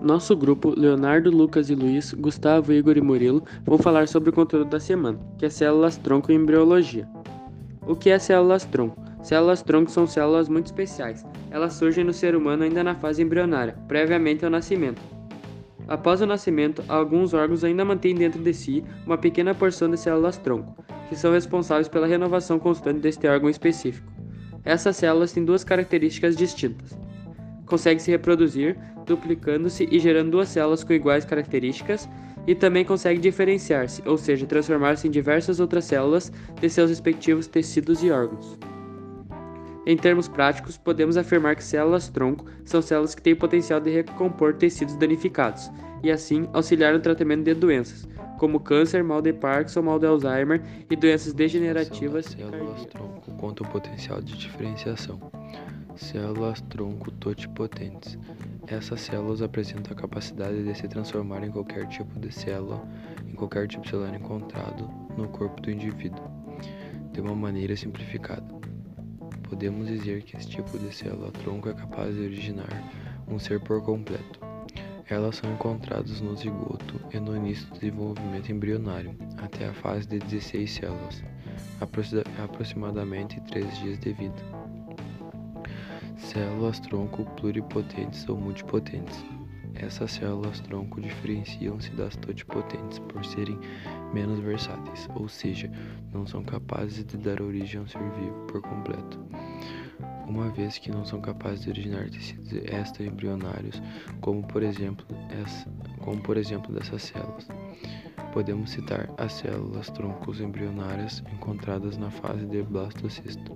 Nosso grupo, Leonardo, Lucas e Luiz, Gustavo, Igor e Murilo, vão falar sobre o conteúdo da semana, que é células-tronco e embriologia. O que é células-tronco? Células-tronco são células muito especiais. Elas surgem no ser humano ainda na fase embrionária, previamente ao nascimento. Após o nascimento, alguns órgãos ainda mantêm dentro de si uma pequena porção de células-tronco, que são responsáveis pela renovação constante deste órgão específico. Essas células têm duas características distintas. Consegue se reproduzir, duplicando-se e gerando duas células com iguais características, e também consegue diferenciar-se, ou seja, transformar-se em diversas outras células de seus respectivos tecidos e órgãos. Em termos práticos, podemos afirmar que células-tronco são células que têm o potencial de recompor tecidos danificados e, assim, auxiliar no tratamento de doenças, como câncer, mal de Parkinson, mal de Alzheimer e doenças degenerativas cardíacas. Células-tronco contam o potencial de diferenciação. Células-tronco totipotentes. Essas células apresentam a capacidade de se transformar em qualquer tipo de célula, em qualquer tipo celular encontrado no corpo do indivíduo, de uma maneira simplificada. Podemos dizer que esse tipo de célula-tronco é capaz de originar um ser por completo. Elas são encontradas no zigoto e no início do desenvolvimento embrionário, até a fase de 16 células, aproximadamente 3 dias de vida. Células-tronco pluripotentes ou multipotentes. Essas células-tronco diferenciam-se das totipotentes por serem menos versáteis, ou seja, não são capazes de dar origem a um ser vivo por completo, uma vez que não são capazes de originar tecidos extra-embrionários, como por exemplo dessas células. Podemos citar as células-troncos embrionárias encontradas na fase de blastocisto.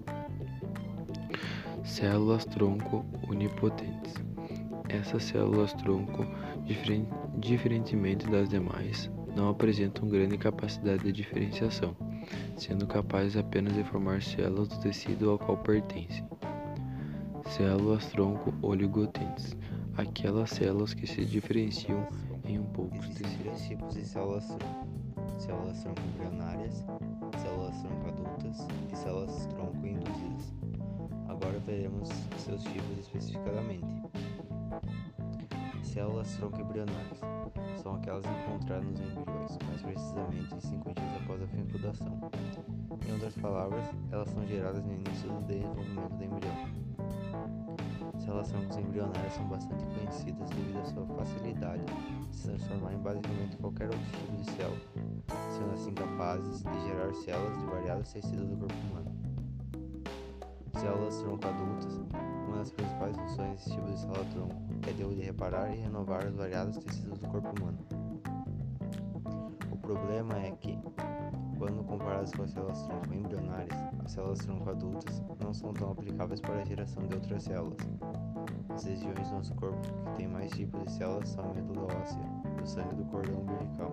Células-tronco unipotentes. Essas células-tronco, diferentemente das demais, não apresentam grande capacidade de diferenciação, sendo capazes apenas de formar células do tecido ao qual pertencem. Células-tronco oligotentes. Aquelas células que se diferenciam em poucos Existem três tipos de células-tronco: células-tronco embrionárias, células-tronco adultas e células-tronco induzidas. Agora veremos seus tipos especificadamente. Células-tronco embrionárias são aquelas encontradas nos embriões, mais precisamente 5 dias após a fecundação. Em outras palavras, elas são geradas no início do desenvolvimento do embrião. Células-tronco embrionárias são bastante conhecidas devido à sua facilidade de se transformar em basicamente qualquer outro tipo de célula, sendo assim capazes de gerar células de variados tecidos do corpo humano. Células-tronco adultas. Uma das principais funções desse tipo de célula-tronco é de reparar e renovar os variados tecidos do corpo humano. O problema é que, quando comparadas com as células-tronco embrionárias, as células-tronco adultas não são tão aplicáveis para a geração de outras células. As regiões do nosso corpo que têm mais tipos de células são a medula óssea e o sangue do cordão umbilical.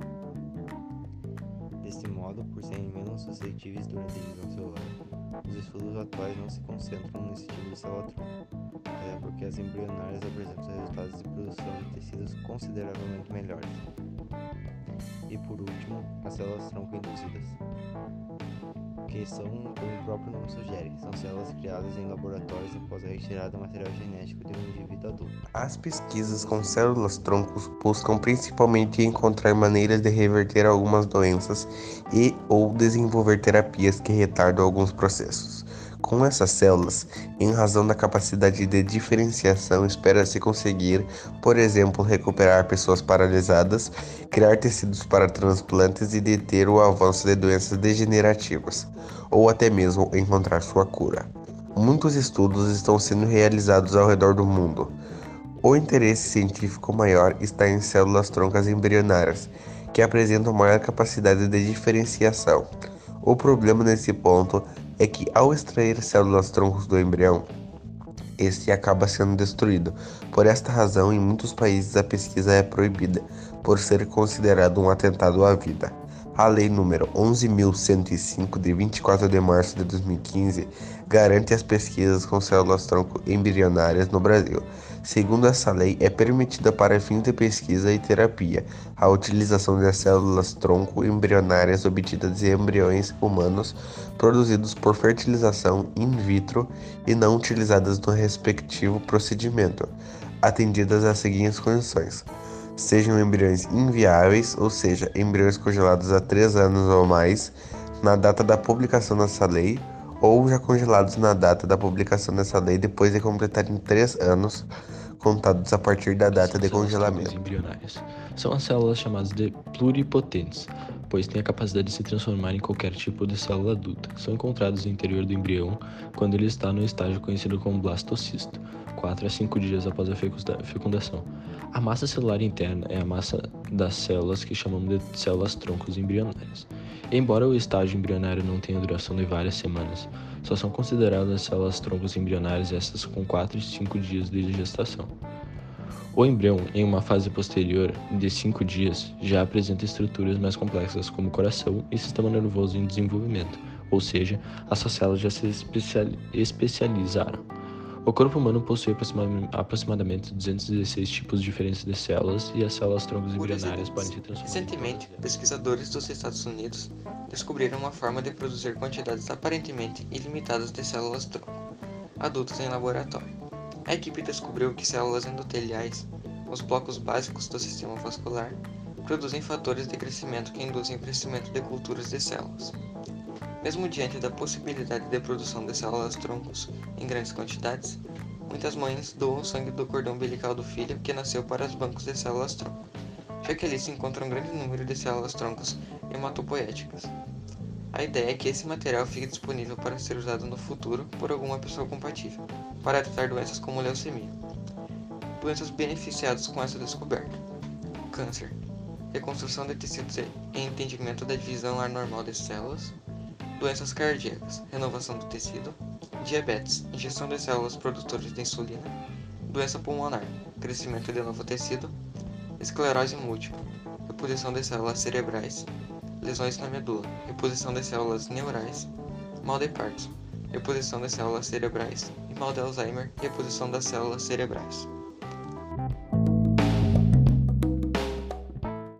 Deste modo, por serem menos suscetíveis durante a divisão celular, os estudos atuais não se concentram nesse tipo de célula-tronco, até porque as embrionárias apresentam resultados de produção de tecidos consideravelmente melhores. E por último, as células-tronco induzidas, que são, como o próprio nome sugere, são células criadas em laboratórios após a retirada do material genético de um indivíduo adulto. As pesquisas com células-troncos buscam principalmente encontrar maneiras de reverter algumas doenças e ou desenvolver terapias que retardam alguns processos. Com essas células, em razão da capacidade de diferenciação, espera-se conseguir, por exemplo, recuperar pessoas paralisadas, criar tecidos para transplantes e deter o avanço de doenças degenerativas, ou até mesmo encontrar sua cura. Muitos estudos estão sendo realizados ao redor do mundo. O interesse científico maior está em células-troncas embrionárias, que apresentam maior capacidade de diferenciação. O problema nesse ponto é que, ao extrair células-troncos do embrião, este acaba sendo destruído. Por esta razão, em muitos países a pesquisa é proibida, por ser considerado um atentado à vida. A Lei nº 11.105, de 24 de março de 2015, garante as pesquisas com células-tronco embrionárias no Brasil. Segundo essa lei, é permitida para fins de pesquisa e terapia a utilização de células-tronco embrionárias obtidas de embriões humanos produzidos por fertilização in vitro e não utilizadas no respectivo procedimento. atendidas as seguintes condições: sejam embriões inviáveis, ou seja, embriões congelados há 3 anos ou mais, na data da publicação dessa lei, ou já congelados na data da publicação dessa lei depois de completarem 3 anos, contados a partir da data de Células congelamento. troncos embrionárias são as células chamadas de pluripotentes, pois têm a capacidade de se transformar em qualquer tipo de célula adulta. São encontrados no interior do embrião quando ele está no estágio conhecido como blastocisto, 4 a 5 dias após a fecundação. A massa celular interna é a massa das células que chamamos de células troncos embrionárias. Embora o estágio embrionário não tenha duração de várias semanas, só são consideradas células troncos embrionárias essas com 4 e 5 dias de gestação. O embrião, em uma fase posterior de 5 dias, já apresenta estruturas mais complexas como coração e sistema nervoso em desenvolvimento, ou seja, as suas células já se especializaram. O corpo humano possui aproximadamente 216 tipos diferentes de células e as células troncos embrionárias podem se transformar. Recentemente, pesquisadores dos Estados Unidos descobriram uma forma de produzir quantidades aparentemente ilimitadas de células tronco adultas em laboratório. A equipe descobriu que células endoteliais, os blocos básicos do sistema vascular, produzem fatores de crescimento que induzem o crescimento de culturas de células. Mesmo diante da possibilidade de produção de células troncos em grandes quantidades, muitas mães doam o sangue do cordão umbilical do filho que nasceu para os bancos de células tronco, já que ali se encontra um grande número de células troncos hematopoéticas. A ideia é que esse material fique disponível para ser usado no futuro por alguma pessoa compatível, para tratar doenças como leucemia. Doenças beneficiadas com essa descoberta: câncer, reconstrução de tecidos e entendimento da divisão anormal de células, doenças cardíacas, renovação do tecido, diabetes, injeção de células produtoras de insulina, doença pulmonar, crescimento de novo tecido, esclerose múltipla, reposição de células cerebrais, lesões na medula, reposição de células neurais, mal de Parkinson, reposição de células cerebrais e mal de Alzheimer, reposição das células cerebrais.